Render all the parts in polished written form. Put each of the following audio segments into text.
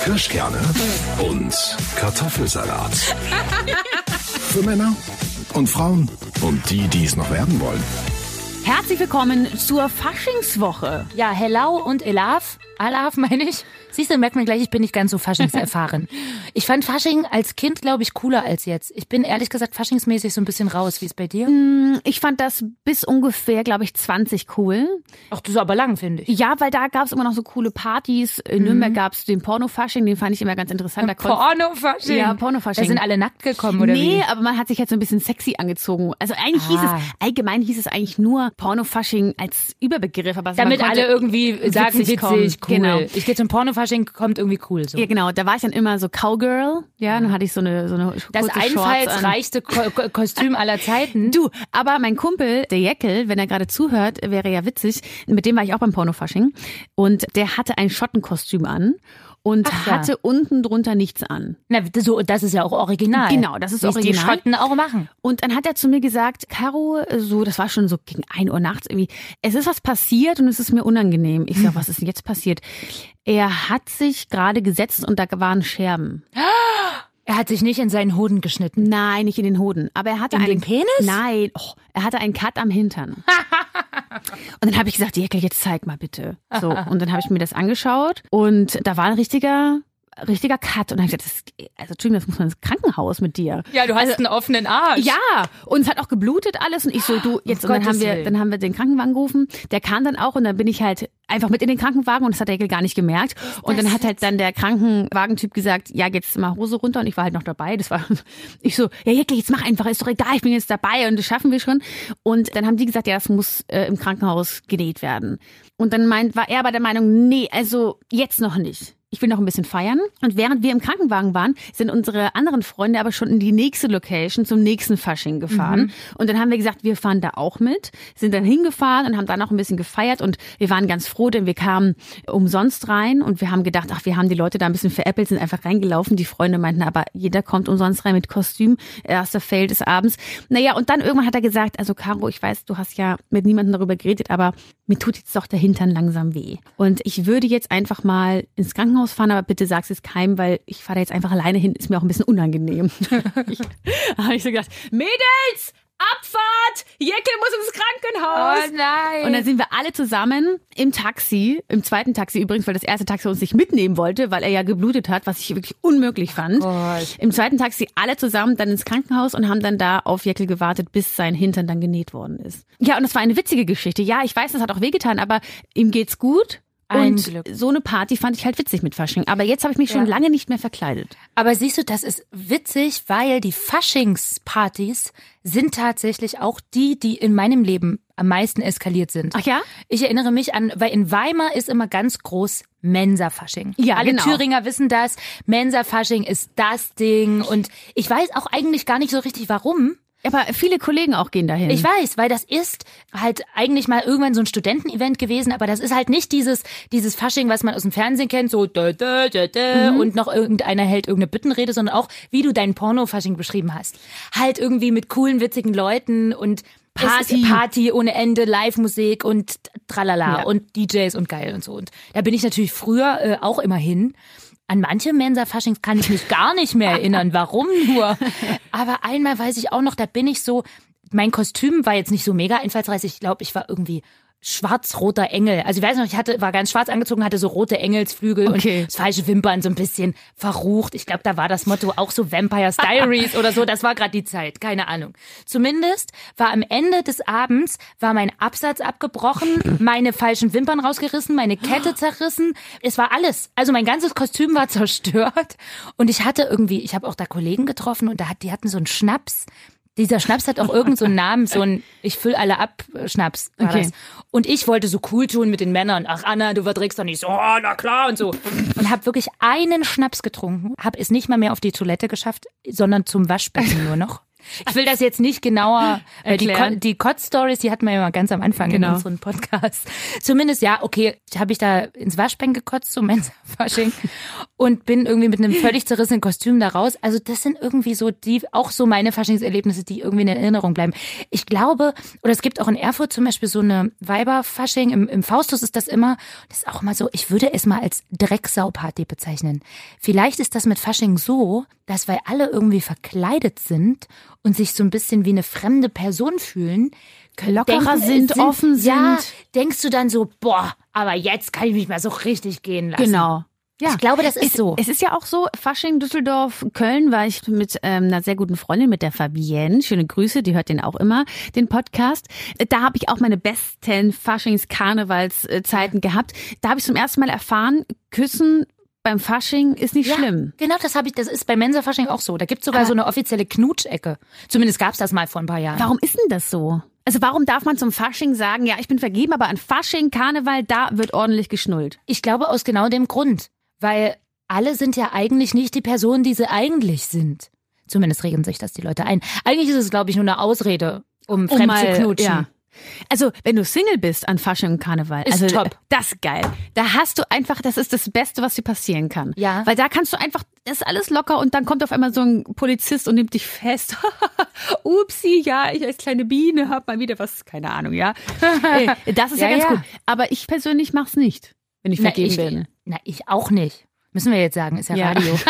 Kirschkerne und Kartoffelsalat. Für Männer und Frauen und die es noch werden wollen. Herzlich willkommen zur Faschingswoche. Ja, hello und Elaf. Alaf meine ich. Siehst du, merkt man gleich, ich bin nicht ganz so faschingserfahren. Ich fand Fasching als Kind, glaube ich, cooler als jetzt. Ich bin ehrlich gesagt faschingsmäßig so ein bisschen raus. Wie ist bei dir? Ich fand das bis ungefähr, glaube ich, 20 cool. Ach, das ist aber lang, finde ich. Ja, weil da gab es immer noch so coole Partys. In Nürnberg gab es den Pornofasching, den fand ich immer ganz interessant. Pornofasching? Ja, Pornofasching. Da sind alle nackt gekommen, oder wie? Nee, aber man hat sich halt so ein bisschen sexy angezogen. Also eigentlich allgemein hieß es eigentlich nur Pornofasching als Überbegriff. Aber damit alle irgendwie sagen, witzig, cool. Genau. Ich gehe zum Pornofasching, kommt irgendwie cool so. Ja, genau. Da war ich dann immer so Cowgirl. Ja, dann hatte ich so eine das einfallsreichste Kostüm aller Zeiten. Du, aber mein Kumpel, der Jeckel, wenn er gerade zuhört, wäre ja witzig. Mit dem war ich auch beim Pornofasching. Und der hatte ein Schottenkostüm an. Und hatte unten drunter nichts an. Na, so, das ist ja auch original. Genau, das ist original. Die Schotten auch machen. Und dann hat er zu mir gesagt, Caro, so, das war schon so gegen 1 Uhr nachts irgendwie, es ist was passiert und es ist mir unangenehm. Ich sag, was ist denn jetzt passiert? Er hat sich gerade gesetzt und da waren Scherben. Er hat sich nicht in seinen Hoden geschnitten. Nein, nicht in den Hoden. Aber er hatte den Penis? Nein, er hatte einen Cut am Hintern. Und dann habe ich gesagt, Jeckel, jetzt zeig mal bitte. So, und dann habe ich mir das angeschaut und da war ein richtiger Cut. Und dann habe ich gesagt, Entschuldigung, das muss man ins Krankenhaus mit dir. Ja, du hast einen offenen Arsch. Ja, und es hat auch geblutet alles. Und ich so, du, jetzt, und dann haben wir den Krankenwagen gerufen. Der kam dann auch und dann bin ich halt einfach mit in den Krankenwagen und das hat der Jeckel gar nicht gemerkt. Und dann hat halt dann der Krankenwagentyp gesagt, ja, jetzt mal Hose runter und ich war halt noch dabei. Ich so, ja, Jeckel, jetzt mach einfach, ist doch egal, ich bin jetzt dabei und das schaffen wir schon. Und dann haben die gesagt, ja, das muss im Krankenhaus genäht werden. Und dann war er aber der Meinung, nee, also jetzt noch nicht. Ich will noch ein bisschen feiern. Und während wir im Krankenwagen waren, sind unsere anderen Freunde aber schon in die nächste Location zum nächsten Fasching gefahren. Und dann haben wir gesagt, wir fahren da auch mit, sind dann hingefahren und haben dann noch ein bisschen gefeiert. Und wir waren ganz froh, denn wir kamen umsonst rein. Und wir haben gedacht, wir haben die Leute da ein bisschen veräppelt, sind einfach reingelaufen. Die Freunde meinten, aber jeder kommt umsonst rein mit Kostüm. Erster Fail des Abends. Naja, und dann irgendwann hat er gesagt, also Caro, ich weiß, du hast ja mit niemandem darüber geredet, aber mir tut jetzt doch der Hintern langsam weh. Und ich würde jetzt einfach mal ins Krankenhaus fahren, aber bitte sag's es keinem, weil ich fahre da jetzt einfach alleine hin, ist mir auch ein bisschen unangenehm. Habe ich so gedacht, Mädels, Abfahrt, Jeckel muss ins Krankenhaus. Oh nein. Und dann sind wir alle zusammen im Taxi, im zweiten Taxi übrigens, weil das erste Taxi uns nicht mitnehmen wollte, weil er ja geblutet hat, was ich wirklich unmöglich fand. Im zweiten Taxi alle zusammen dann ins Krankenhaus und haben dann da auf Jeckel gewartet, bis sein Hintern dann genäht worden ist. Ja, und das war eine witzige Geschichte. Ja, ich weiß, das hat auch wehgetan, aber ihm geht's gut. Und so eine Party fand ich halt witzig mit Fasching. Aber jetzt habe ich mich schon lange nicht mehr verkleidet. Aber siehst du, das ist witzig, weil die Faschingspartys sind tatsächlich auch die in meinem Leben am meisten eskaliert sind. Ach ja? Ich erinnere mich an, weil in Weimar ist immer ganz groß Mensa-Fasching. Ja, alle genau. Thüringer wissen das. Mensa-Fasching ist das Ding. Und ich weiß auch eigentlich gar nicht so richtig, warum. Aber viele Kollegen auch gehen dahin. Ich weiß, weil das ist halt eigentlich mal irgendwann so ein Studentenevent gewesen, aber das ist halt nicht dieses Fasching, was man aus dem Fernsehen kennt, so und noch irgendeiner hält irgendeine Büttenrede, sondern auch, wie du deinen Porno-Fasching beschrieben hast. Halt irgendwie mit coolen, witzigen Leuten und Party ohne Ende, Live-Musik und tralala und DJs und geil und so. Und da bin ich natürlich früher auch immer hin. An manche Mensa-Faschings kann ich mich gar nicht mehr erinnern. Warum nur? Aber einmal weiß ich auch noch, da bin ich so, mein Kostüm war jetzt nicht so mega einfallsreich. Ich glaube, ich war irgendwie schwarz-roter Engel. Also ich weiß noch, war ganz schwarz angezogen, hatte so rote Engelsflügel und das falsche Wimpern, so ein bisschen verrucht. Ich glaube, da war das Motto auch so Vampire Diaries oder so. Das war gerade die Zeit, keine Ahnung. Zumindest war am Ende des Abends, war mein Absatz abgebrochen, meine falschen Wimpern rausgerissen, meine Kette zerrissen. Es war alles. Also mein ganzes Kostüm war zerstört. Und ich habe auch da Kollegen getroffen und die hatten so einen Schnaps. Dieser Schnaps hat auch irgend so einen Namen, so ein Ich füll alle ab Schnaps war das. Und ich wollte so cool tun mit den Männern. Ach Anna, du verdreckst doch nicht so, na klar und so. Und habe wirklich einen Schnaps getrunken, habe es nicht mal mehr auf die Toilette geschafft, sondern zum Waschbecken nur noch. Ich will das jetzt nicht genauer die Kotz-Stories, die hatten wir ja mal ganz am Anfang in unserem Podcast. Zumindest, ja, okay, habe ich da ins Waschbecken gekotzt zum Mensa-Fasching und bin irgendwie mit einem völlig zerrissenen Kostüm da raus. Also das sind irgendwie so auch so meine Faschingserlebnisse, die irgendwie in Erinnerung bleiben. Ich glaube, oder es gibt auch in Erfurt zum Beispiel so eine Weiberfasching, im Faustus ist das immer, das ist auch immer so, ich würde es mal als Drecksau-Party bezeichnen. Vielleicht ist das mit Fasching so, dass weil alle irgendwie verkleidet sind und sich so ein bisschen wie eine fremde Person fühlen, lockerer sind, offen sind. Ja, denkst du dann so, boah, aber jetzt kann ich mich mal so richtig gehen lassen. Genau. Ja. Ich glaube, das ist so. Es ist ja auch so, Fasching, Düsseldorf, Köln war ich mit einer sehr guten Freundin, mit der Fabienne. Schöne Grüße, die hört den auch immer, den Podcast. Da habe ich auch meine besten Faschings-Karnevalszeiten gehabt. Da habe ich zum ersten Mal erfahren, Küssen beim Fasching ist nicht schlimm. Genau, das ist bei Mensa-Fasching auch so. Da gibt's sogar so eine offizielle Knutschecke. Zumindest gab's das mal vor ein paar Jahren. Warum ist denn das so? Also warum darf man zum Fasching sagen, ja, ich bin vergeben, aber an Fasching, Karneval, da wird ordentlich geschnullt? Ich glaube aus genau dem Grund. Weil alle sind ja eigentlich nicht die Personen, die sie eigentlich sind. Zumindest regen sich das die Leute ein. Eigentlich ist es, glaube ich, nur eine Ausrede, um fremd zu knutschen. Ja. Also, wenn du Single bist an Fasching und Karneval, ist also top. Das ist geil. Da hast du einfach, das ist das Beste, was dir passieren kann. Ja. Weil da kannst du einfach, das ist alles locker und dann kommt auf einmal so ein Polizist und nimmt dich fest. Upsi, ja, ich als kleine Biene hab mal wieder was, keine Ahnung, ja. Das ist ja ganz gut. Aber ich persönlich mach's nicht, wenn ich vergeben bin. Ich auch nicht. Müssen wir jetzt sagen, ist ja Radio.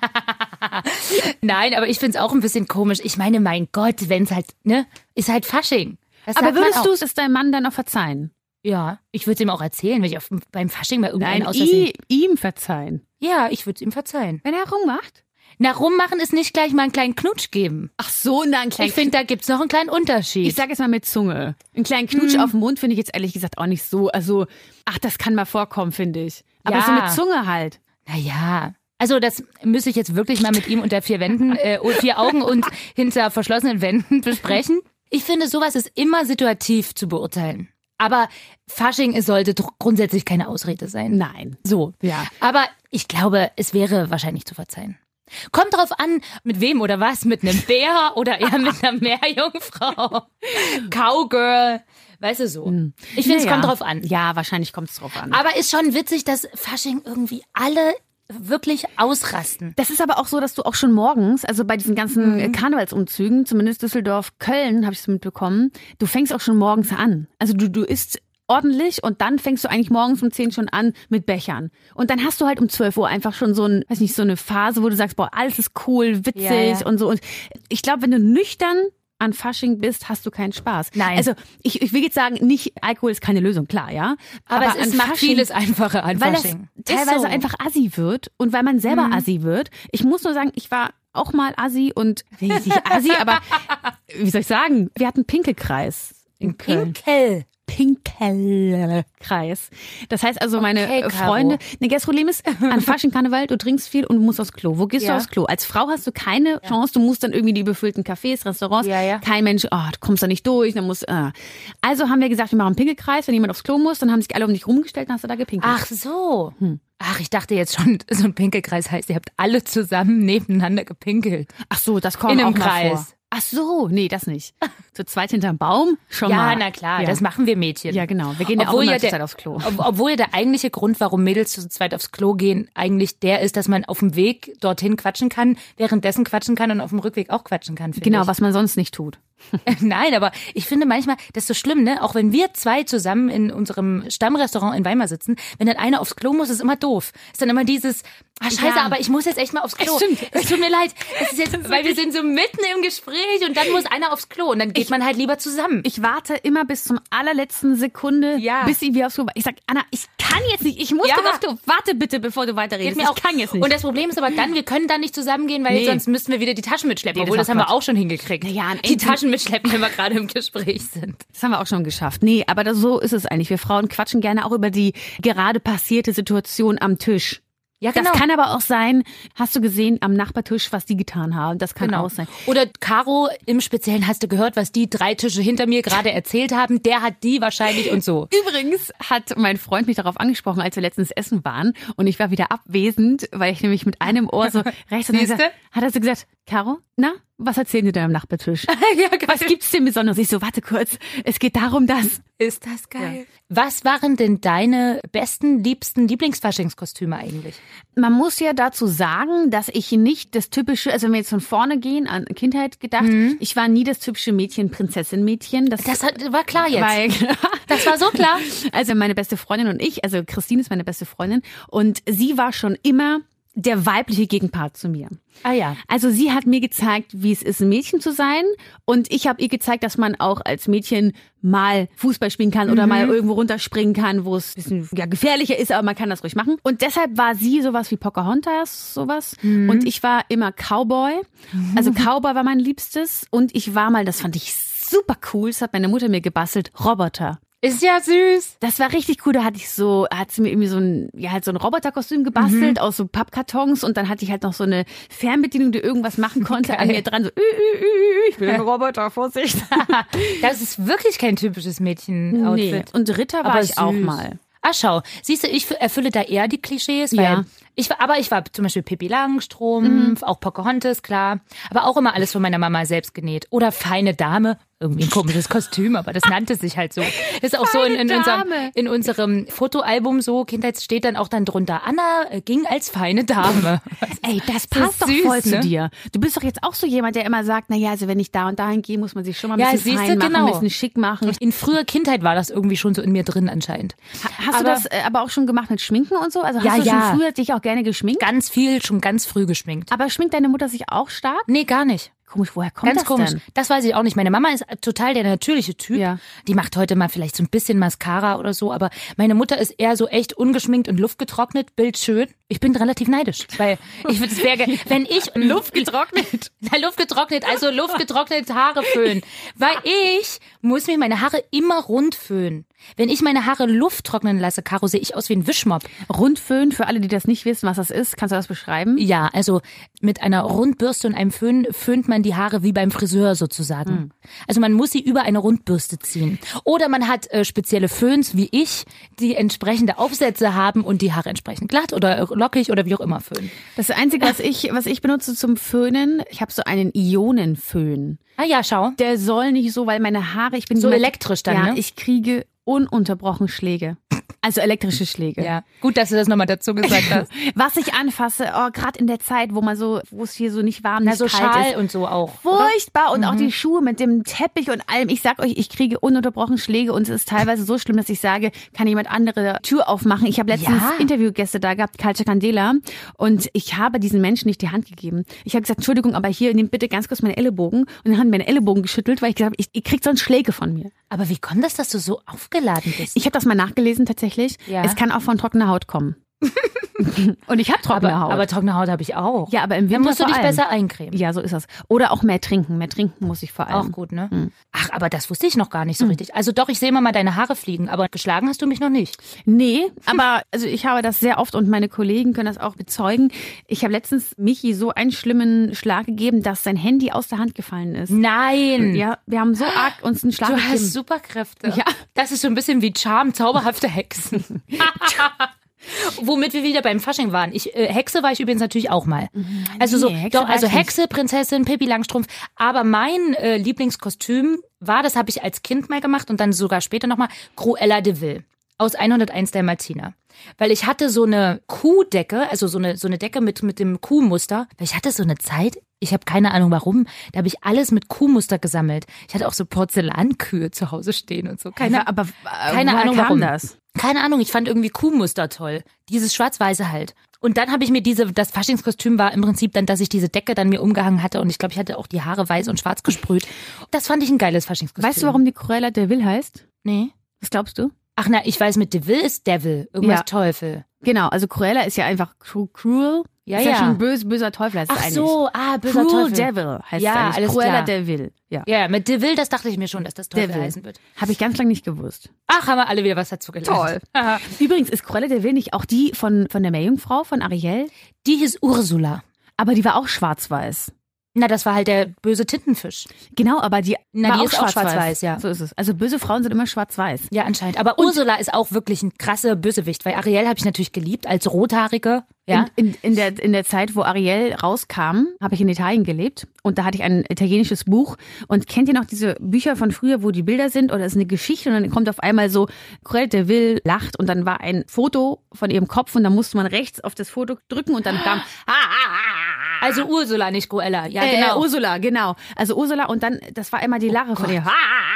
Nein, aber ich find's auch ein bisschen komisch. Ich meine, mein Gott, wenn's halt, ist halt Fasching. Aber würdest du es deinem Mann dann auch verzeihen? Ja, ich würde es ihm auch erzählen, wenn ich beim Fasching mal irgendeinen ihm verzeihen. Ja, ich würde es ihm verzeihen. Wenn er rummacht? Na, rummachen ist nicht gleich mal einen kleinen Knutsch geben. Ach so, einen kleinen Ich finde, da gibt's noch einen kleinen Unterschied. Ich sage jetzt mal mit Zunge. Einen kleinen Knutsch auf den Mund finde ich jetzt ehrlich gesagt auch nicht so. Also, das kann mal vorkommen, finde ich. Aber so mit Zunge halt. Naja. Also das müsste ich jetzt wirklich mal mit ihm unter 4 Augen und hinter verschlossenen Wänden besprechen. Ich finde, sowas ist immer situativ zu beurteilen. Aber Fasching sollte doch grundsätzlich keine Ausrede sein. Nein. So. Ja. Aber ich glaube, es wäre wahrscheinlich zu verzeihen. Kommt drauf an, mit wem oder was, mit einem Bär oder eher mit einer Meerjungfrau. Cowgirl. Weißt du so. Ich finde, es kommt drauf an. Ja, wahrscheinlich kommt es drauf an. Aber ist schon witzig, dass Fasching irgendwie alle wirklich ausrasten. Das ist aber auch so, dass du auch schon morgens, also bei diesen ganzen Karnevalsumzügen, zumindest Düsseldorf, Köln, habe ich es mitbekommen, du fängst auch schon morgens an. Also du isst ordentlich und dann fängst du eigentlich morgens um 10 schon an mit Bechern. Und dann hast du halt um 12 Uhr einfach schon so eine Phase, wo du sagst, boah, alles ist cool, witzig und so. Und ich glaube, wenn du nüchtern an Fasching bist, hast du keinen Spaß. Nein. Also ich will jetzt sagen, nicht Alkohol ist keine Lösung, klar, ja. Aber es macht vieles einfacher an Fasching. Weil das teilweise einfach assi wird und weil man selber assi wird. Ich muss nur sagen, ich war auch mal assi und, nicht assi, aber wie soll ich sagen, wir hatten Pinkelkreis in Köln. Pinkelkreis. Das heißt also, meine Freunde, das Problem ist, an Fasching, Karneval, du trinkst viel und du musst aufs Klo. Wo gehst du aufs Klo? Als Frau hast du keine Chance, du musst dann irgendwie die befüllten Cafés, Restaurants, kein Mensch, du kommst da nicht durch, dann musst, Also haben wir gesagt, wir machen Pinkelkreis, wenn jemand aufs Klo muss, dann haben sich alle um dich rumgestellt, dann hast du da gepinkelt. Ach so. Ach, ich dachte jetzt schon, so ein Pinkelkreis heißt, ihr habt alle zusammen nebeneinander gepinkelt. Ach so, das kommt auch mal vor. Ach so, nee, das nicht. Zu zweit hinterm Baum schon mal. Ja, na klar, das machen wir Mädchen. Ja, genau. Wir gehen ja auch immer zu zweit aufs Klo. Obwohl ja der eigentliche Grund, warum Mädels zu zweit aufs Klo gehen, eigentlich der ist, dass man auf dem Weg dorthin quatschen kann, währenddessen quatschen kann und auf dem Rückweg auch quatschen kann. Genau, was man sonst nicht tut. Nein, aber ich finde manchmal, das ist so schlimm, ne? Auch wenn wir 2 zusammen in unserem Stammrestaurant in Weimar sitzen, wenn dann einer aufs Klo muss, ist immer doof. Ist dann immer dieses, scheiße, aber ich muss jetzt echt mal aufs Klo. Es tut mir leid. Es ist jetzt, weil wir sind so mitten im Gespräch und dann muss einer aufs Klo und dann geht man halt lieber zusammen. Ich warte immer bis zum allerletzten Sekunde, bis sie wieder aufs Klo. Ich sag, Anna, ich kann jetzt nicht, ich muss aufs Klo. Warte bitte, bevor du weiterredest. Ich kann jetzt nicht. Und das Problem ist aber dann, wir können dann nicht zusammengehen, weil sonst müssten wir wieder die Taschen mitschleppen. Obwohl, das haben wir auch schon hingekriegt. Naja, die Taschen mitschleppen, wenn wir gerade im Gespräch sind. Das haben wir auch schon geschafft. Nee, aber so ist es eigentlich. Wir Frauen quatschen gerne auch über die gerade passierte Situation am Tisch. Ja, genau. Das kann aber auch sein, hast du gesehen, am Nachbartisch, was die getan haben. Das kann auch sein. Oder Caro, im Speziellen hast du gehört, was die 3 Tische hinter mir gerade erzählt haben. Der hat die wahrscheinlich und so. Übrigens hat mein Freund mich darauf angesprochen, als wir letztens essen waren. Und ich war wieder abwesend, weil ich nämlich mit einem Ohr so rechts und links hat er so gesagt, Caro, na, was erzählen die da am Nachbartisch? Ja, geil. Was gibt's denn Besonderes? Ich so, warte kurz, es geht darum, dass... Ist das geil. Ja. Was waren denn deine besten, liebsten Lieblingsfaschingskostüme eigentlich? Man muss ja dazu sagen, dass ich nicht das typische, also wenn wir jetzt von vorne gehen, an Kindheit gedacht, ich war nie das typische Mädchen, Prinzessin-Mädchen. Das war klar jetzt. Das war so klar. Also meine beste Freundin und ich, also Christine ist meine beste Freundin und sie war schon immer der weibliche Gegenpart zu mir. Ah ja. Also sie hat mir gezeigt, wie es ist, ein Mädchen zu sein und ich habe ihr gezeigt, dass man auch als Mädchen mal Fußball spielen kann oder mal irgendwo runterspringen kann, wo es ein bisschen gefährlicher ist, aber man kann das ruhig machen. Und deshalb war sie sowas wie Pocahontas, sowas. Und ich war immer Cowboy. Also Cowboy war mein Liebstes und ich war mal, das fand ich super cool, das hat meine Mutter mir gebastelt, Roboter. Ist ja süß. Das war richtig cool. Da hat sie mir irgendwie so ein Roboterkostüm gebastelt aus so Pappkartons und dann hatte ich halt noch so eine Fernbedienung, die irgendwas machen konnte, an mir dran so, ich bin ein Roboter, Vorsicht. Das ist wirklich kein typisches Mädchen-Outfit. Nee. Und Ritter war ich auch mal. Ah, schau. Siehst du, ich erfülle da eher die Klischees, weil ich war zum Beispiel Pippi Langstrumpf, auch Pocahontas, klar. Aber auch immer alles von meiner Mama selbst genäht. Oder feine Dame. Irgendwie ein komisches Kostüm, aber das nannte sich halt so. Das ist auch so in unserem Fotoalbum so, Kindheit steht dann auch dann drunter, Anna ging als feine Dame. Ey, das passt doch süß, voll zu dir. Du bist doch jetzt auch so jemand, der immer sagt, naja, also wenn ich da und dahin gehe, muss man sich schon mal ein bisschen fein machen, ein bisschen schick machen. In früher Kindheit war das irgendwie schon so in mir drin anscheinend. Hast du das aber auch schon gemacht mit Schminken und so? Also hast du schon früher dich auch gerne geschminkt? Ganz viel, schon ganz früh geschminkt. Aber schminkt deine Mutter sich auch stark? Nee, gar nicht. Komisch, woher kommt das denn? Das weiß ich auch nicht. Meine Mama ist total der natürliche Typ. Ja. Die macht heute mal vielleicht so ein bisschen Mascara oder so, aber meine Mutter ist eher so echt ungeschminkt und luftgetrocknet, bildschön. Ich bin relativ neidisch, weil ich würde es wäre, wenn ich luftgetrocknet, also luftgetrocknete Haare föhnen, weil ich muss mir meine Haare immer rund föhnen. Wenn ich meine Haare Luft trocknen lasse, Caro, sehe ich aus wie ein Wischmopp. Rundföhn, für alle, die das nicht wissen, was das ist, kannst du das beschreiben? Ja, also mit einer Rundbürste und einem Föhn föhnt man die Haare wie beim Friseur sozusagen. Also man muss sie über eine Rundbürste ziehen. Oder man hat spezielle Föhns, wie ich, die entsprechende Aufsätze haben und die Haare entsprechend glatt oder lockig oder wie auch immer föhnen. Das Einzige, was ich benutze zum Föhnen, ich habe so einen Ionenföhn. Ah ja, schau. Der soll nicht so, weil meine Haare, ich bin so elektrisch dann, ne? Ich kriege ununterbrochen Schläge. Also elektrische Schläge. Ja, gut, dass du das nochmal dazu gesagt hast. Was ich anfasse, gerade in der Zeit, wo es hier so nicht warm, nicht so kalt Schal ist. Und so auch. Furchtbar. Oder? Und auch die Schuhe mit dem Teppich und allem. Ich sag euch, ich kriege ununterbrochen Schläge und es ist teilweise so schlimm, dass ich sage, kann jemand andere Tür aufmachen? Ich habe letztens Interviewgäste da gehabt, Kalcha Candela, und ich habe diesen Menschen nicht die Hand gegeben. Ich habe gesagt, Entschuldigung, aber hier, nehmt bitte ganz kurz meine Ellenbogen. Und dann haben meine Ellenbogen geschüttelt, weil ich gesagt habe, ihr kriegt sonst Schläge von mir. Aber wie kommt das, dass du so aufgeladen bist? Ich habe das mal nachgelesen tatsächlich. Ja. Es kann auch von trockener Haut kommen. Und ich habe trockene Haut. Aber trockene Haut habe ich auch. Ja, aber im Winter dann musst du dich besser eincremen. Ja, so ist das. Oder auch mehr trinken. Mehr trinken muss ich vor allem. Auch gut, ne? Ach, aber das wusste ich noch gar nicht so richtig. Also doch, ich sehe immer mal deine Haare fliegen, aber geschlagen hast du mich noch nicht. Nee, aber also ich habe das sehr oft und meine Kollegen können das auch bezeugen. Ich habe letztens Michi so einen schlimmen Schlag gegeben, dass sein Handy aus der Hand gefallen ist. Nein! Ja, wir haben so arg uns einen Schlag gegeben. Du hast Superkräfte. Ja. Das ist so ein bisschen wie Charme, zauberhafte Hexen. Womit wir wieder beim Fasching waren. Hexe war ich übrigens natürlich auch mal. Also Hexe, Prinzessin, Pippi Langstrumpf. Aber mein Lieblingskostüm war, das habe ich als Kind mal gemacht und dann sogar später nochmal, Cruella de Vil aus 101 Dalmatiner. Weil ich hatte so eine Kuhdecke, also so eine Decke mit dem Kuhmuster. Weil ich hatte so eine Zeit, ich habe keine Ahnung warum, da habe ich alles mit Kuhmuster gesammelt. Ich hatte auch so Porzellankühe zu Hause stehen und so. Keine Ahnung warum. Das? Keine Ahnung, ich fand irgendwie Kuhmuster toll. Dieses Schwarz-Weiße halt. Und dann habe ich mir das Faschingskostüm war im Prinzip dann, dass ich diese Decke dann mir umgehangen hatte und ich glaube, ich hatte auch die Haare weiß und schwarz gesprüht. Das fand ich ein geiles Faschingskostüm. Weißt du, warum die Cruella de Vil heißt? Nee. Was glaubst du? Ach na, ich weiß, mit Devil ist Devil. Irgendwas Teufel. Genau, also Cruella ist ja einfach cruel. Ja, ist ja schon böser Teufel heißt es eigentlich. Ach so, böser Cruel Teufel. Devil heißt es eigentlich. Alles Cruella klar. de Vil. Ja, mit Devil, das dachte ich mir schon, dass das Teufel heißen wird. Habe ich ganz lange nicht gewusst. Ach, haben wir alle wieder was dazu gelernt. Toll. Übrigens ist Cruella de Vil nicht auch die von der Meerjungfrau, von Ariel? Die hieß Ursula. Aber die war auch schwarz-weiß. Na, das war halt der böse Tintenfisch. Genau, aber die ist auch schwarz-weiß, ja. So ist es. Also böse Frauen sind immer schwarz-weiß. Ja, anscheinend. Aber Ursula ist auch wirklich ein krasser Bösewicht, weil Ariel habe ich natürlich geliebt als Rothaarige. Ja. In der Zeit, wo Ariel rauskam, habe ich in Italien gelebt und da hatte ich ein italienisches Buch. Und kennt ihr noch diese Bücher von früher, wo die Bilder sind oder es ist eine Geschichte und dann kommt auf einmal so, Cruella de Vil lacht und dann war ein Foto von ihrem Kopf und dann musste man rechts auf das Foto drücken und dann kam also Ursula, nicht Cruella. Ja, genau. Ursula, genau. Also Ursula und dann, das war immer die Lache von ihr.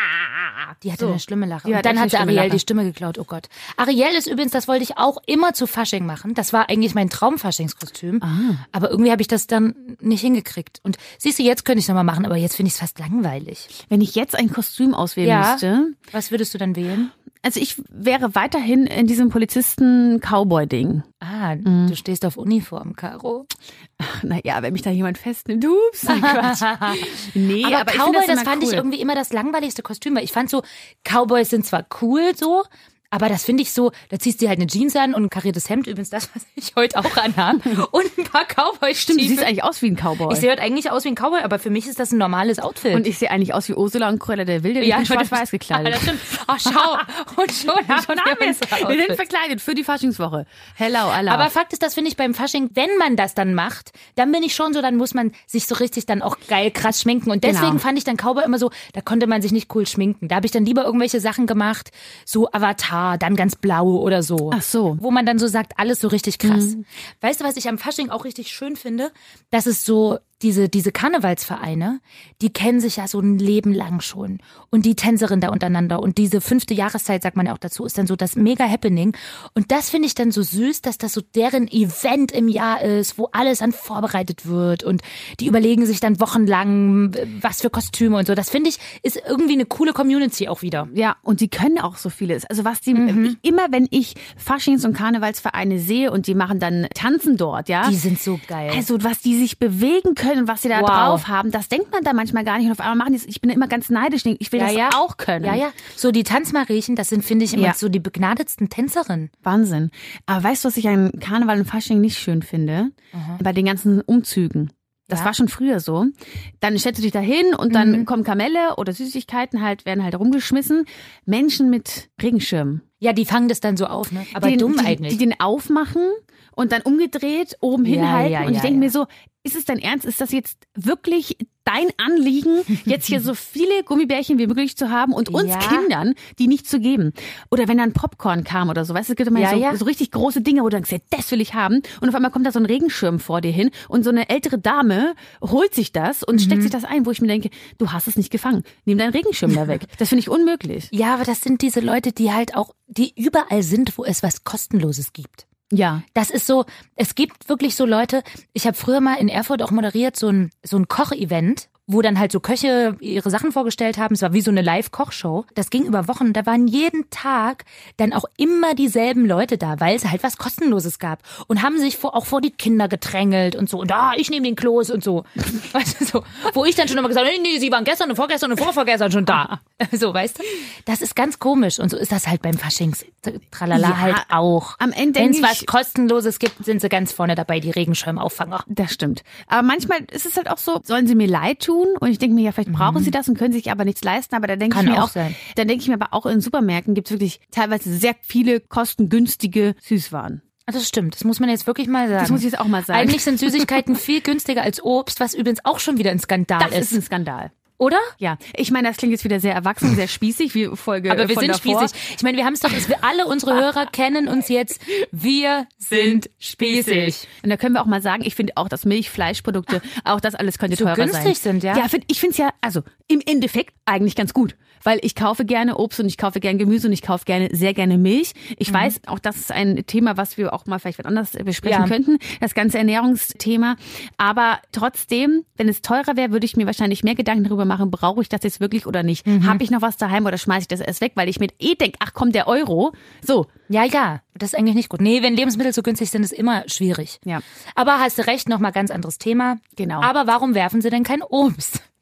Die hatte eine schlimme Lache. Und dann hat Ariel die Stimme geklaut, oh Gott. Ariel ist übrigens, das wollte ich auch immer zu Fasching machen. Das war eigentlich mein Traumfaschingskostüm. Aber irgendwie habe ich das dann nicht hingekriegt. Und siehst du, jetzt könnte ich es nochmal machen, aber jetzt finde ich es fast langweilig. Wenn ich jetzt ein Kostüm auswählen müsste. Was würdest du dann wählen? Also ich wäre weiterhin in diesem Polizisten-Cowboy-Ding. Du stehst auf Uniform, Caro. Naja, wenn mich da jemand festnimmt, ups, Quatsch. Nee, aber ich Cowboy, das fand ich irgendwie immer das langweiligste Kostüm, weil ich fand so, Cowboys sind zwar cool so, aber das finde ich so, da ziehst du halt eine Jeans an und ein kariertes Hemd, übrigens das, was ich heute auch anhabe, und ein paar Cowboy-Stiefel. Stimmt, du siehst eigentlich aus wie ein Cowboy. Ich sehe heute eigentlich aus wie ein Cowboy, aber für mich ist das ein normales Outfit. Und ich sehe eigentlich aus wie Ursula und Cruella de Vil, die sind schwarz-weiß gekleidet. Ja, das stimmt. Ach, schau. Und schon haben wir es. Wir sind verkleidet für die Faschingswoche. Hello, Allah. Aber Fakt ist, das finde ich beim Fasching, wenn man das dann macht, dann bin ich schon so, dann muss man sich so richtig dann auch geil krass schminken. Und deswegen fand ich dann Cowboy immer so, da konnte man sich nicht cool schminken. Da habe ich dann lieber irgendwelche Sachen gemacht, so Avatar, dann ganz blau oder so. Ach so. Wo man dann so sagt, alles so richtig krass. Weißt du, was ich am Fasching auch richtig schön finde? Dass es so diese Karnevalsvereine, die kennen sich ja so ein Leben lang schon. Und die Tänzerin da untereinander und diese 5. Jahreszeit, sagt man ja auch dazu, ist dann so das Mega-Happening. Und das finde ich dann so süß, dass das so deren Event im Jahr ist, wo alles dann vorbereitet wird und die überlegen sich dann wochenlang, was für Kostüme und so. Das finde ich, ist irgendwie eine coole Community auch wieder. Ja, und die können auch so vieles. Also was die, immer wenn ich Faschings- und Karnevalsvereine sehe und die machen dann Tanzen dort, ja. Die sind so geil. Also was die sich bewegen können und was sie da drauf haben, das denkt man da manchmal gar nicht. Und auf einmal machen die es. Ich bin immer ganz neidisch. Ich will das auch können. Ja. So die Tanzmariechen, das sind, finde ich, immer so die begnadetsten Tänzerinnen. Wahnsinn. Aber weißt du, was ich an Karneval und Fasching nicht schön finde? Bei den ganzen Umzügen. Das war schon früher so. Dann stellst du dich da hin und dann kommen Kamelle oder Süßigkeiten werden halt rumgeschmissen. Menschen mit Regenschirmen. Ja, die fangen das dann so auf, ne? Aber dumm eigentlich. Die den aufmachen und dann umgedreht oben hinhalten. Und ich denke mir so, ist es dein Ernst? Ist das jetzt wirklich dein Anliegen, jetzt hier so viele Gummibärchen wie möglich zu haben und uns Kindern die nicht zu geben? Oder wenn dann Popcorn kam oder so, weißt du, es gibt immer so richtig große Dinge, wo du denkst, das will ich haben. Und auf einmal kommt da so ein Regenschirm vor dir hin und so eine ältere Dame holt sich das und steckt sich das ein, wo ich mir denke, du hast es nicht gefangen. Nimm deinen Regenschirm da weg. Das finde ich unmöglich. Ja, aber das sind diese Leute, die halt auch, die überall sind, wo es was Kostenloses gibt. Ja. Das ist so, es gibt wirklich so Leute, ich habe früher mal in Erfurt auch moderiert, so ein Kochevent, wo dann halt so Köche ihre Sachen vorgestellt haben. Es war wie so eine Live-Kochshow. Das ging über Wochen. Da waren jeden Tag dann auch immer dieselben Leute da, weil es halt was Kostenloses gab. Und haben sich auch vor die Kinder gedrängelt und so. Und ich nehme den Kloß und so. Weißt du, so. Wo ich dann schon immer gesagt habe, nee, sie waren gestern und vorgestern und vorvorgestern schon da. So, weißt du? Das ist ganz komisch. Und so ist das halt beim Faschings-Tralala halt auch. Am Ende wenn es was Kostenloses gibt, sind sie ganz vorne dabei, die Regenschirmauffänger. Das stimmt. Aber manchmal ist es halt auch so, sollen sie mir leid tun? Und ich denke mir, ja, vielleicht brauchen sie das und können sich aber nichts leisten. Aber da denke ich mir auch, dann denke ich mir aber auch in Supermärkten gibt es wirklich teilweise sehr viele kostengünstige Süßwaren. Das stimmt, das muss man jetzt wirklich mal sagen. Das muss ich jetzt auch mal sagen. Eigentlich sind Süßigkeiten viel günstiger als Obst, was übrigens auch schon wieder ein Skandal ist. Das ist ein Skandal. Oder? Ja. Ich meine, das klingt jetzt wieder sehr erwachsen, sehr spießig, wie Folge aber wir von sind davor. Spießig. Ich meine, wir haben es doch, alle unsere Hörer kennen uns jetzt. Wir sind spießig. Und da können wir auch mal sagen, ich finde auch, dass Milch, Fleischprodukte, auch das alles könnte teurer sein. So günstig sind, ja. Ja, ich finde es ja, also im Endeffekt eigentlich ganz gut. Weil ich kaufe gerne Obst und ich kaufe gerne Gemüse und ich kaufe sehr gerne Milch. Ich weiß, auch das ist ein Thema, was wir auch mal vielleicht anders besprechen könnten, das ganze Ernährungsthema. Aber trotzdem, wenn es teurer wäre, würde ich mir wahrscheinlich mehr Gedanken darüber machen, brauche ich das jetzt wirklich oder nicht? Habe ich noch was daheim oder schmeiße ich das erst weg? Weil ich mir denke, ach komm, der Euro. So. Ja, das ist eigentlich nicht gut. Nee, wenn Lebensmittel so günstig sind, ist immer schwierig. Ja. Aber hast du recht, nochmal ganz anderes Thema. Genau. Aber warum werfen sie denn kein Obst?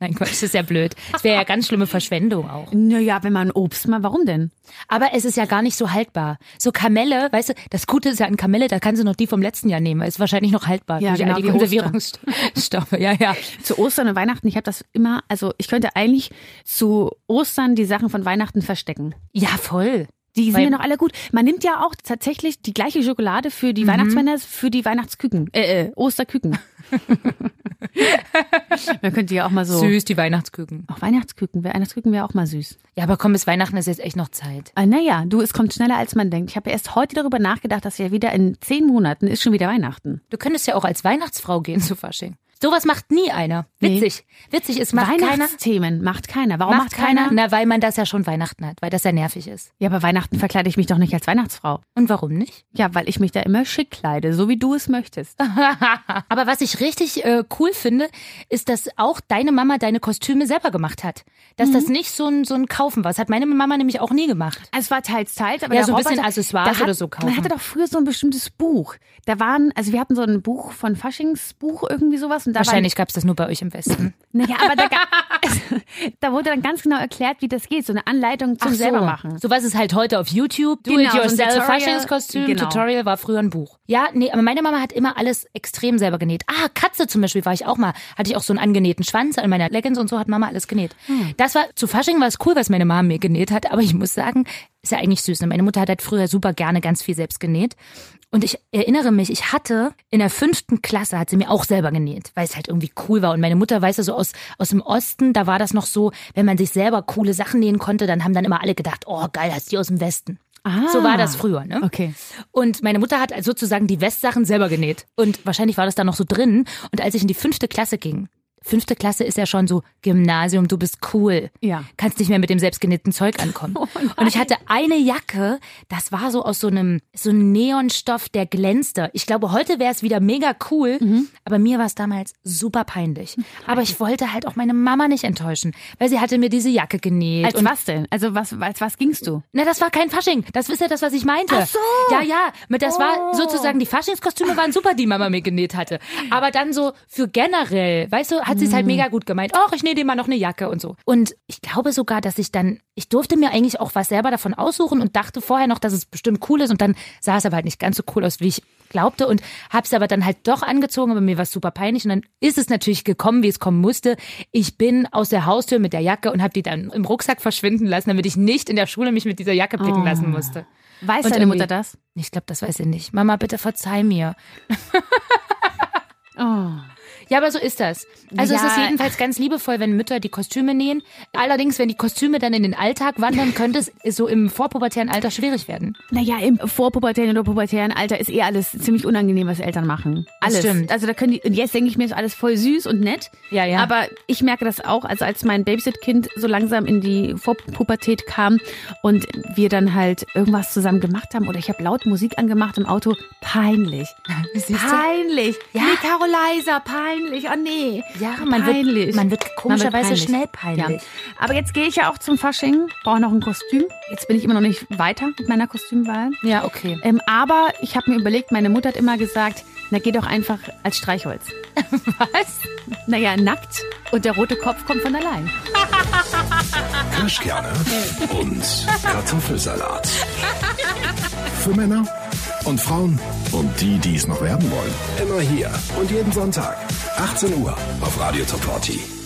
Nein, Quatsch, das ist ja blöd. Das wäre ja ganz schlimme Verschwendung auch. Naja, wenn man Obst mal, warum denn? Aber es ist ja gar nicht so haltbar. So Kamelle, weißt du, das Gute ist ja an Kamelle, da kannst du noch die vom letzten Jahr nehmen. Ist wahrscheinlich noch haltbar. Ja, genau, die Konservierungsstoffe. Ja. Zu Ostern und Weihnachten, ich habe das immer, also ich könnte eigentlich zu Ostern die Sachen von Weihnachten verstecken. Ja, voll. Die sind ja noch alle gut. Man nimmt ja auch tatsächlich die gleiche Schokolade für die Weihnachtsmänner, für die Weihnachtsküken, Osterküken. Man könnte ja auch mal so. Süß, die Weihnachtsküken. Auch Weihnachtsküken wäre auch mal süß. Ja, aber komm, bis Weihnachten ist jetzt echt noch Zeit. Naja, es kommt schneller als man denkt. Ich habe erst heute darüber nachgedacht, dass ja wieder in 10 Monaten ist schon wieder Weihnachten. Du könntest ja auch als Weihnachtsfrau gehen zu Fasching. Sowas macht nie einer. Witzig. Nee. Witzig, es macht keiner. Weihnachtsthemen macht keiner. Warum macht keiner? Na, weil man das ja schon Weihnachten hat, weil das ja nervig ist. Ja, aber Weihnachten verkleide ich mich doch nicht als Weihnachtsfrau. Und warum nicht? Ja, weil ich mich da immer schick kleide, so wie du es möchtest. Aber was ich richtig cool finde, ist, dass auch deine Mama deine Kostüme selber gemacht hat. Dass das nicht so ein Kaufen war. Das hat meine Mama nämlich auch nie gemacht. Es war teils, aber ja, so ein bisschen Accessoires oder so kaufen. Man hatte doch früher so ein bestimmtes Buch. Wir hatten so ein Buch von Faschingsbuch, irgendwie sowas. Und wahrscheinlich gab es das nur bei euch im Westen. Naja, aber da wurde dann ganz genau erklärt, wie das geht. So eine Anleitung zum selber machen. So was ist halt heute auf YouTube. Do-it-yourself Faschingskostüm. Tutorial war früher ein Buch. Ja, nee, aber meine Mama hat immer alles extrem selber genäht. Katze zum Beispiel hatte ich auch so einen angenähten Schwanz an meiner Leggings und so hat Mama alles genäht. Zu Fasching war es cool, was meine Mama mir genäht hat, aber ich muss sagen, ist ja eigentlich süß. Meine Mutter hat halt früher super gerne ganz viel selbst genäht. Und ich erinnere mich, ich hatte in der 5. Klasse, hat sie mir auch selber genäht, weil es halt irgendwie cool war. Und meine Mutter, weißt du, so aus dem Osten, da war das noch so, wenn man sich selber coole Sachen nähen konnte, dann haben dann immer alle gedacht, oh geil, hast du die aus dem Westen. So war das früher, ne? Okay. Und meine Mutter hat sozusagen die Westsachen selber genäht. Und wahrscheinlich war das da noch so drin. Und als ich in die 5. Klasse ging, 5. Klasse ist ja schon so Gymnasium, du bist cool. Ja. Kannst nicht mehr mit dem selbstgenähten Zeug ankommen. Oh und ich hatte eine Jacke, das war so aus so einem Neonstoff, der glänzte. Ich glaube, heute wäre es wieder mega cool, aber mir war es damals super peinlich. Aber ich wollte halt auch meine Mama nicht enttäuschen, weil sie hatte mir diese Jacke genäht. Als was denn? Also als was gingst du? Na, das war kein Fasching. Das ist ja das, was ich meinte. Ach so. Ja. Das war sozusagen, die Faschingskostüme waren super, die Mama mir genäht hatte. Aber dann so für generell, weißt du, hat sie es halt mega gut gemeint. Ich nähe dir mal noch eine Jacke und so. Und ich glaube sogar, dass ich durfte mir eigentlich auch was selber davon aussuchen und dachte vorher noch, dass es bestimmt cool ist und dann sah es aber halt nicht ganz so cool aus, wie ich glaubte und habe es aber dann halt doch angezogen, aber mir war es super peinlich und dann ist es natürlich gekommen, wie es kommen musste. Ich bin aus der Haustür mit der Jacke und habe die dann im Rucksack verschwinden lassen, damit ich nicht in der Schule mich mit dieser Jacke blicken lassen musste. Weiß deine Mutter das? Ich glaube, das weiß sie nicht. Mama, bitte verzeih mir. Ja, aber so ist das. Also es ist jedenfalls ganz liebevoll, wenn Mütter die Kostüme nähen. Allerdings, wenn die Kostüme dann in den Alltag wandern, könnte es so im vorpubertären Alter schwierig werden. Naja, im vorpubertären oder pubertären Alter ist alles ziemlich unangenehm, was Eltern machen. Alles. Das stimmt. Also da können die, und jetzt denke ich mir, ist alles voll süß und nett. Ja. Aber ich merke das auch, also als mein Babysit-Kind so langsam in die Vorpubertät kam und wir dann halt irgendwas zusammen gemacht haben oder ich habe laut Musik angemacht im Auto, peinlich. Peinlich. Ja. Nee, Carolizer, peinlich. Oh nee. Ja, man wird komischerweise schnell peinlich. Ja. Aber jetzt gehe ich ja auch zum Fasching, brauche noch ein Kostüm. Jetzt bin ich immer noch nicht weiter mit meiner Kostümwahl. Ja, okay. Aber ich habe mir überlegt, meine Mutter hat immer gesagt, na geh doch einfach als Streichholz. Was? Naja, nackt und der rote Kopf kommt von allein. Kirschkerne und Kartoffelsalat. Für Männer und Frauen und die es noch werden wollen. Immer hier und jeden Sonntag, 18 Uhr auf Radio Top 40.